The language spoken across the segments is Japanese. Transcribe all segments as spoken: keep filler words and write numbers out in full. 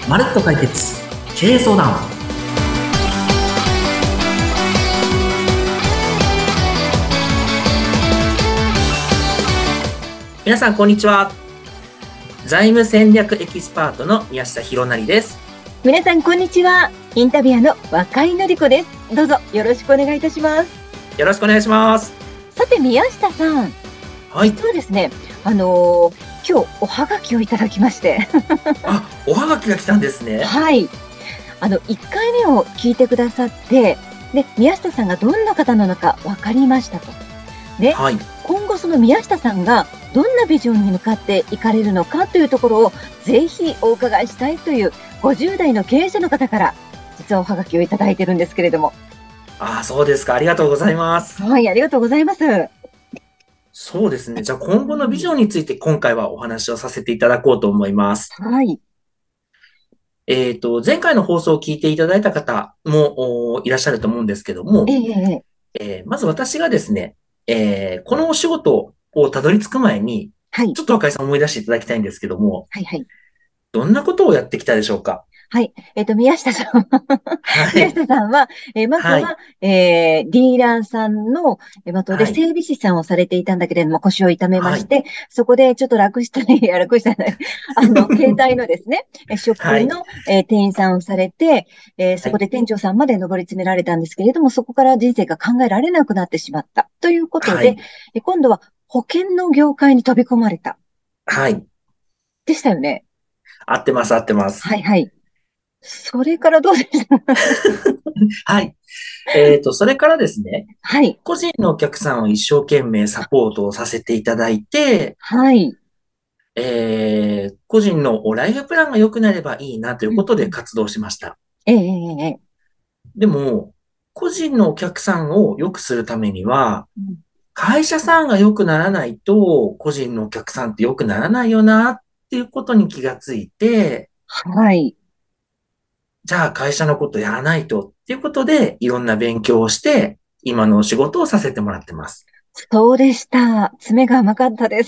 まるっと解決経営相談。皆さんこんにちは。財務戦略エキスパートの宮下博成です。 皆さんこんにちは。インタビュアーの若井のり子です。どうぞよろしくお願いいたします。 よろしくお願いします。 さて宮下さん、 はい、 実はですね、あのー、今日おはがきをいただきましてあ、おはがきが来たんですね。 はい、あのいっかいめを聞いてくださって、で宮下さんがどんな方なのか分かりましたと。で、 はい、 今後その宮下さんがどんなビジョンに向かっていかれるのかというところをぜひお伺いしたいというごじゅう代の経営者の方から実はおはがきをいただいてるんですけれども。 あ、そうですか。ありがとうございます。 はい、ありがとうございます。 そうですね。じゃあ今後のビジョンについて今回はお話をさせていただこうと思います。 はい。 えっと、前回の放送を聞いていただいた方もおいらっしゃると思うんですけども、 ええ、 えーまず私がですね、えーこのお仕事をたどり着く前に、 はい。 ちょっと若井さん思い出していただきたいんですけども、 はい、はい。 どんなことをやってきたでしょうか？ はい。えっと、宮下さん宮はい。 下さんは、えーまずはい。 は、えーディーラーさんの、えー元ではい。 整備士さんをされていたんだけれども、腰を痛めまはい。 して、そこでちょっと楽したい、いや楽したい、あの、携帯のですね、えーショッはい。 プの、えー店員さんをされて、えーはい。 そこで店長さんまで上り詰められたんですけれども、そこから人生が考えられなくなってしまった。ということで、 はい。 え今度は保険の業界に飛び込まれた。 はい。 でしたよね。 合ってます、合ってます。 はいはい。それからどうでしたはい。えっと、それからですね、 はい。 個人のお客さんを一生懸命サポートをさせていただいて、 はい。 えー、個人のライフプランが良くなればいいなということでうんうん、 活動しました。 ええ、ええ、ええ。 でも、個人のお客さんを良くするためには、 うん、 会社さんが良くならないと、個人のお客さんって良くならないよなっていうことに気がついて、 はい。 じゃあ会社のことやらないとっていうことで、いろんな勉強をして、今のお仕事をさせてもらってます。 そうでした。爪が甘かったです。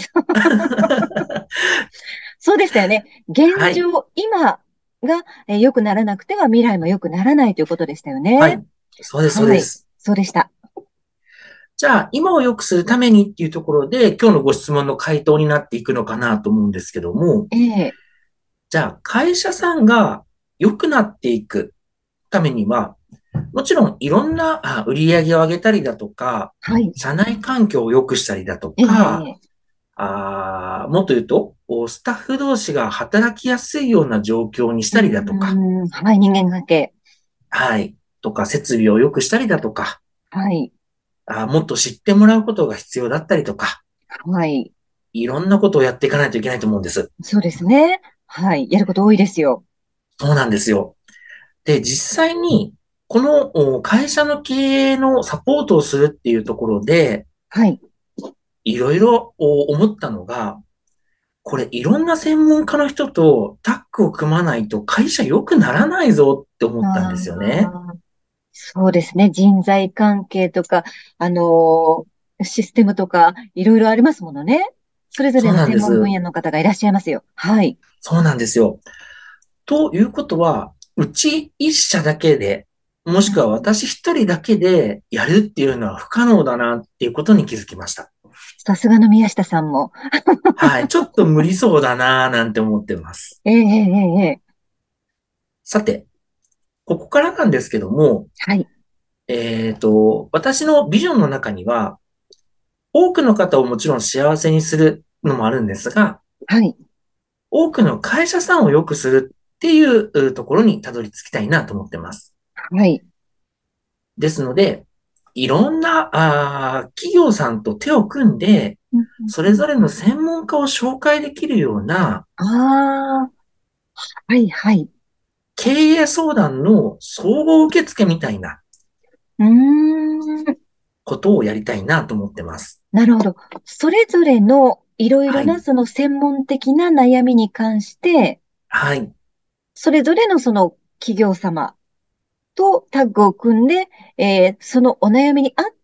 そうでしたよね。 はい。 現状、今がえー良くならなくては未来も良くならないということでしたよね。 はい。そうです、そうはい。 です。 そうでした。 じゃあ、今を良くするためにっていうところで、今日のご質問の回答になっていくのかなと思うんですけども、 ええ、 じゃあ、会社さんが良くなっていくためには、もちろんいろんなあ売り上げを上げたりだとか、 はい。 社内環境を良くしたりだとえか、 え、 あーもっと言うと、おスタッフ同士が働きやすいような状況にしうーたりだとか、 ん、はい、人間関係。 はい、とか、設備を良くしたりだとか、 はい。 あーもっと知ってもらうことが必要だったりとか、 はい。 いろんなことをやっていかないといけないと思うんです。 そうですね。はい。やること多いですよ。 そうなんですよ。で、実際に、このお会社の経営のサポートをするっていうところで、 はい。 いろいろお思ったのが、これいろんな専門家の人とタッグを組まないと会社良くならないぞって思ったんですよね。 ああ、そうですね。人材関係とか、あのーシステムとか、いろいろありますものね。それぞれそうなんの専です。 門分野の方がいらっしゃいますよ。はい。 そうなんですよ。ということは、うち一社だけで、もしくはうん、 私一人だけでやるっていうのは不可能だなっていうことに気づきました。 さすがの宮下さんも。 はい。ちょっと無理そうだなーなんて思ってます。 ええええええ。 さて、ここからなんですけども、 はい。 えっと、私のビジョンの中には、多くの方をもちろん幸せにするのもあるんですが、 はい。 多くの会社さんを良くするっていうところにたどり着きたいなと思ってます。 はい。 ですので、いろんなあ企業さんと手を組んで、 うんうんうん、 それぞれの専門家を紹介できるようなああ、はい、はい。 経営相談の総合受付みたいなうーん。 ことをやりたいなと思ってます。 なるほど。それぞれのいろいろはい。 なその専門的な悩みに関して、 はい。 それぞれのその企業様とタッグを組んで、えーそのお悩みに合った、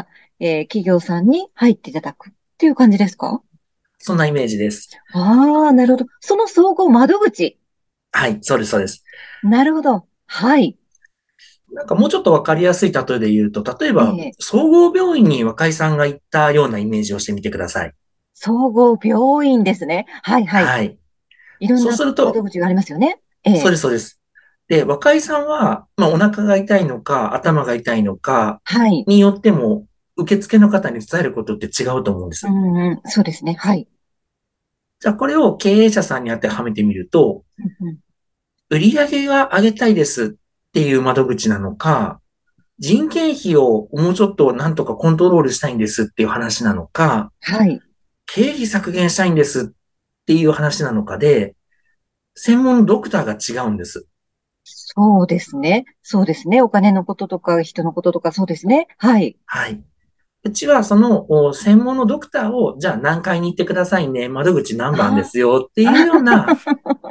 えー企業さんに入っていただくっていう感じですか？ そんなイメージです。 ああー、なるほど。その総合窓口。 はい、そうです、そうです。 なるほど。はい。 なんかもうちょっとわかりやすい例えで言うと、例えば、 ええ、 総合病院に若井さんが行ったようなイメージをしてみてください。 総合病院ですね。はいはい。 はい。そういろんなすると、 窓口がありますよね。ええ、 そうです、そうです。で、若井さんは、まあ、お腹が痛いのか、頭が痛いのか、 はい。 によっても、受付の方に伝えることって違うと思うんでうす。 んうん、そうですね。はい。 じゃあ、これを経営者さんに当てはめてみると、 うんうん、 売上が上げたいですっていう窓口なのか、人件費をもうちょっとなんとかコントロールしたいんですっていう話なのか、 はい。 経費削減したいんですっていう話なのかで、専門のドクターが違うんです。 そうですね。そうですね。お金のこととか、人のこととか、そうですね。はい。 はい。うちはそのお専門のドクターを、じゃあ何階に行ってくださいね。窓口何番であすよっていうようあ、 な、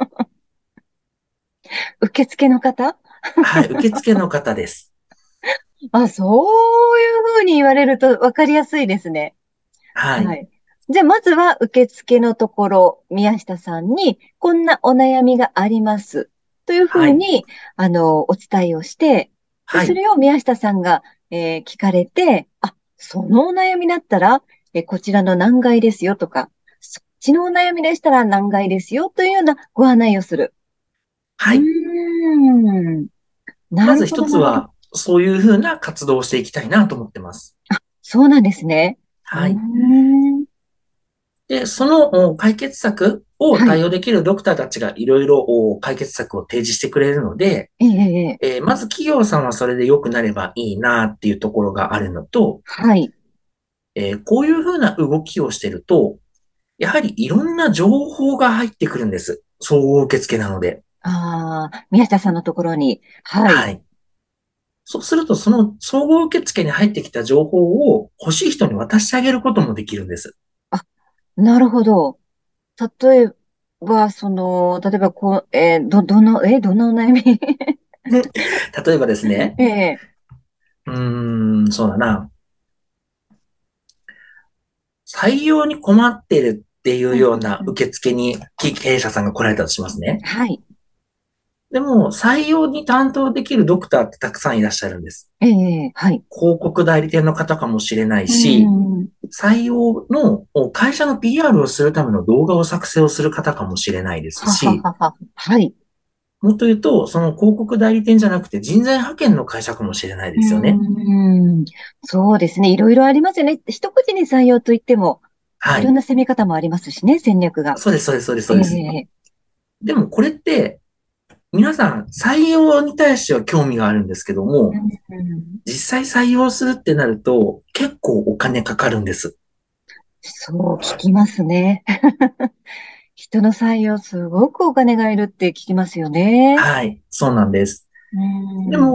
受付の方。 はい、受付の方です。 あ、そういうふうに言われると分かりやすいですね。 はい。 はい。じゃあ、まずは受付のところ、宮下さんに、こんなお悩みがあります。というふはい。 うに、あの、お伝えをして、で、 はい。 それを宮下さんが、えー聞かれて、あ、そのお悩みだったら、えーこちらの何階ですよとか、そっちのお悩みでしたら何階ですよというようなご案内をする。うーはい。 ん。なまずるほど、なるほど。 一つは、そういうふうな活動をしていきたいなと思ってます。 そうなんですね。うーはい。 ん。 で、そのお解決策をはい。 対応できるドクターたちがいろいろお解決策を提示してくれるので、 ええ、ええ、 えーまず企業さんはそれで良くなればいいなっていうところがあるのと、 はい。 えーこういうふうな動きをしてると、やはりいろんな情報が入ってくるんです。総合受付なので。 ああ、宮下さんのところに。はい。 はい。そうすると、その総合受付に入ってきた情報を欲しい人に渡してあげることもできるんです。 あ、なるほど。例えば、その、例えば、こう、えーど、どの、えーどんなお悩み？ 例えばですね、 ええ、 うーん、そうだな。採用に困ってるっていうん、 うよううん、うん。 な受付に経営者さんが来られたとしますね。 はい。 でも、採用に担当できるドクターってたくさんいらっしゃるんです。 ええ、はい。 広告代理店の方かもしれないうし、 ん。 採用の会社の ピーアール をするための動画を作成をする方かもしれないですははし、 はは。はい。 もっと言うと、その広告代理店じゃなくて人材派遣の会社かもしれないうですよね。 ん。そうですね。いろいろありますよね。一口に採用といっても、 はい。 いろんな攻め方もありますしね、戦略が。 そうです、そうです、そうです、そえうです。 え、 でもこれって、皆さん採用に対しては興味があるんですけども、 うん。 実際採用するってなると結構お金かかるんです。 そう聞きますね。人の採用すごくお金がいるって聞きますよね。 はい。そうなんです。 うん。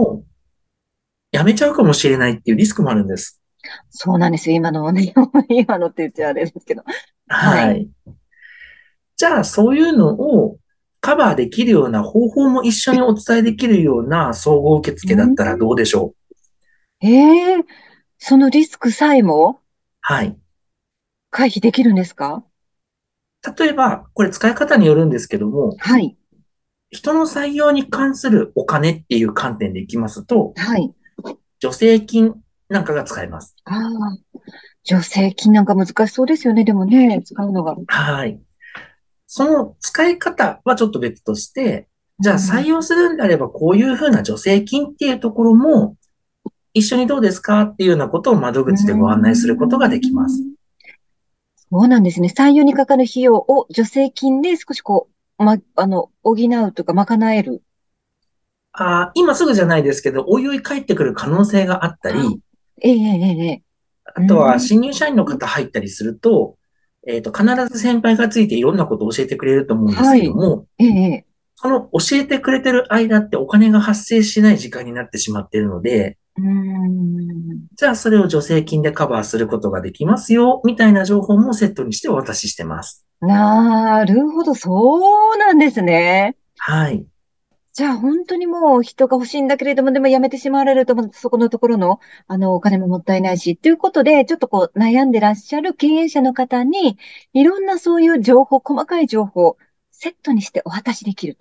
でも、辞めちゃうかもしれないっていうリスクもあるんです。 そうなんですよ。今のね、今のって言っちゃあれですけど。はい。 はい。じゃあ、そういうのをカバーできるような方法も一緒にお伝えできるような総合受う付だったらどうん。 でしょう？ ええ、そのリスクさえもはい。 回避できるんですか？ 例えば、これ使い方によるんですけども、 はい。 人の採用に関するお金っていう観点でいきますと、 はい。 助成金なんかが使えます。 ああ、助成金なんか難しそうですよね。でもね、使うのが。 はい。その使い方はちょっと別として、じゃあ採うん。 用するんであればこういうふうな助成金っていうところも一緒にどうですかっていうようなことを窓うー口でご案内することができます。 ん。そうなんですね。採用にかかる費用を助成金で少しこう、ま、あの、補うというか、賄える。 あ、今すぐじゃないですけど、おいおい帰ってくる可能性があったあ、 り、 ええ、ええ、ええ。うあとはん。 新入社員の方入ったりすると、えっと、必ず先輩がついていろんなことを教えてくれると思うんですはい。 けども、 ええ、 その教えてくれてる間ってお金が発生しない時間になってしまっているので、 うーん。 じゃあそれを助成金でカバーすることができますよ、みたいな情報もセットにしてお渡ししてます。 なるほど、そうなんですね。 はい。 じゃあ本当にもう人が欲しいんだけれども、でも辞めてしまわれると、またそこのところの、あの、お金ももったいないし、ということで、ちょっとこう悩んでらっしゃる経営者の方に、いろんなそういう情報、細かい情報、セットにしてお渡しできると。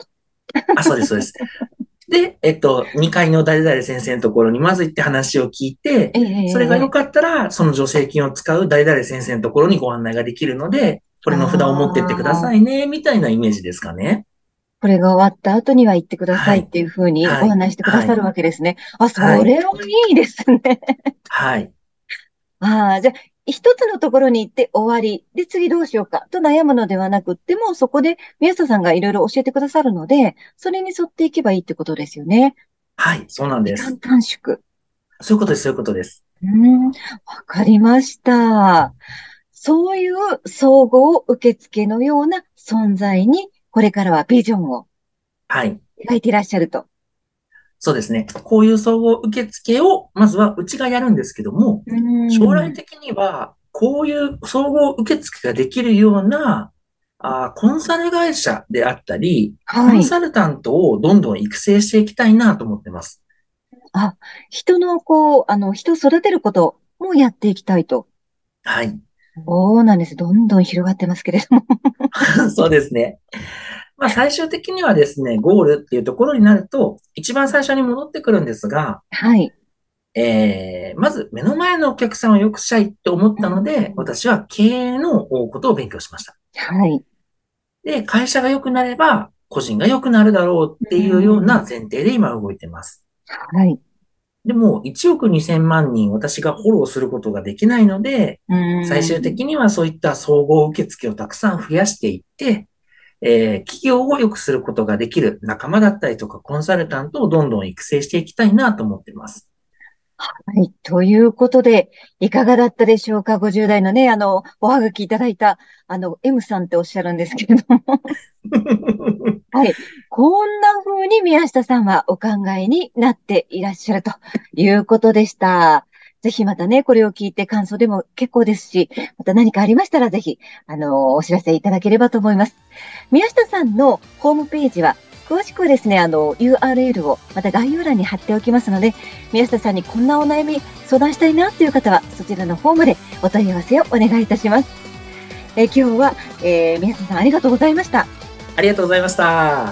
あ、そうです、そうです。で、えっと、にかいの誰々先生のところにまず行って話を聞いて、 ええ、ええ、 それが良ええ。 かったら、その助成金を使う誰々先生のところにご案内ができるので、これの札を持ってってくださいああ、 ね、みたいなイメージですかね。 これが終わった後には言ってくださはい。 いっていうふうにはい。 ご案内してくだはい。 さるわけですね。あ、 はい。 それはいいですね。 はい。 ああ、じゃあ、一つのところに行って終わり。で、次どうしようかと悩むのではなくっても、そこで宮下さんがいろいろ教えてくださるので、それに沿っていけばいいってことですよね。 はい。そうなん時間です。 短縮。 そういうことです。そういうことです。 うーん、わかりました。そういう総合受付のような存在に、これからはビジョンをはい。 描いていらっしゃると。 そうですね。こういう総合受付を、まずはうちがやるんですけども、 うー将来ん。 的には、こういう総合受付ができるような、あー、コンサル会社であったり、コはい。 ンサルタントをどんどん育成していきたいなと思ってます。 あ、人の、こう、あの、人を育てることもやっていきたいと。 はい。 そうなんです。どんどん広がってますけれども。 そうですね。まあ最終的にはですね、ゴールっていうところになると、一番最初に戻ってくるんですが、 はい。 えー、まず目の前のお客さんを良くしたいって思っうん、 たので、私は経営のことを勉強しました。 はい。 で、会社が良くなれば、個人が良くなるだろうってういうようなん、 前提で今動いてます。 はい。 でも、いちおくにせんまん人私がフォローすることができないので、 う最終ん。 的にはそういった総合受付をたくさん増やしていって、えー企業を良くすることができる仲間だったりとかコンサルタントをどんどん育成していきたいなと思っています。 はい。ということで、いかがだったでしょうか？ ごじゅう 代のね、あの、おはがきいただいた、あの、M さんっておっしゃるんですけれども。はい。こんな風に宮下さんはお考えになっていらっしゃるということでした。ぜひまたね、これを聞いて感想でも結構ですし、また何かありましたらぜひ、あの、お知らせいただければと思います。宮下さんのホームページは、詳しくはですね、あの、ユーアールエル をまた概要欄に貼っておきますので、宮下さんにこんなお悩み相談したいなという方は、そちらの方までお問い合わせをお願いいたします。え今日は、えー、宮下さんありがとうございました。 ありがとうございました。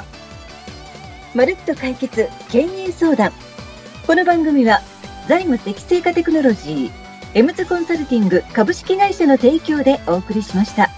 まるっと解決経営相談。この番組は財務適正化テクノロジーエムズコンサルティング株式会社の提供でお送りしました。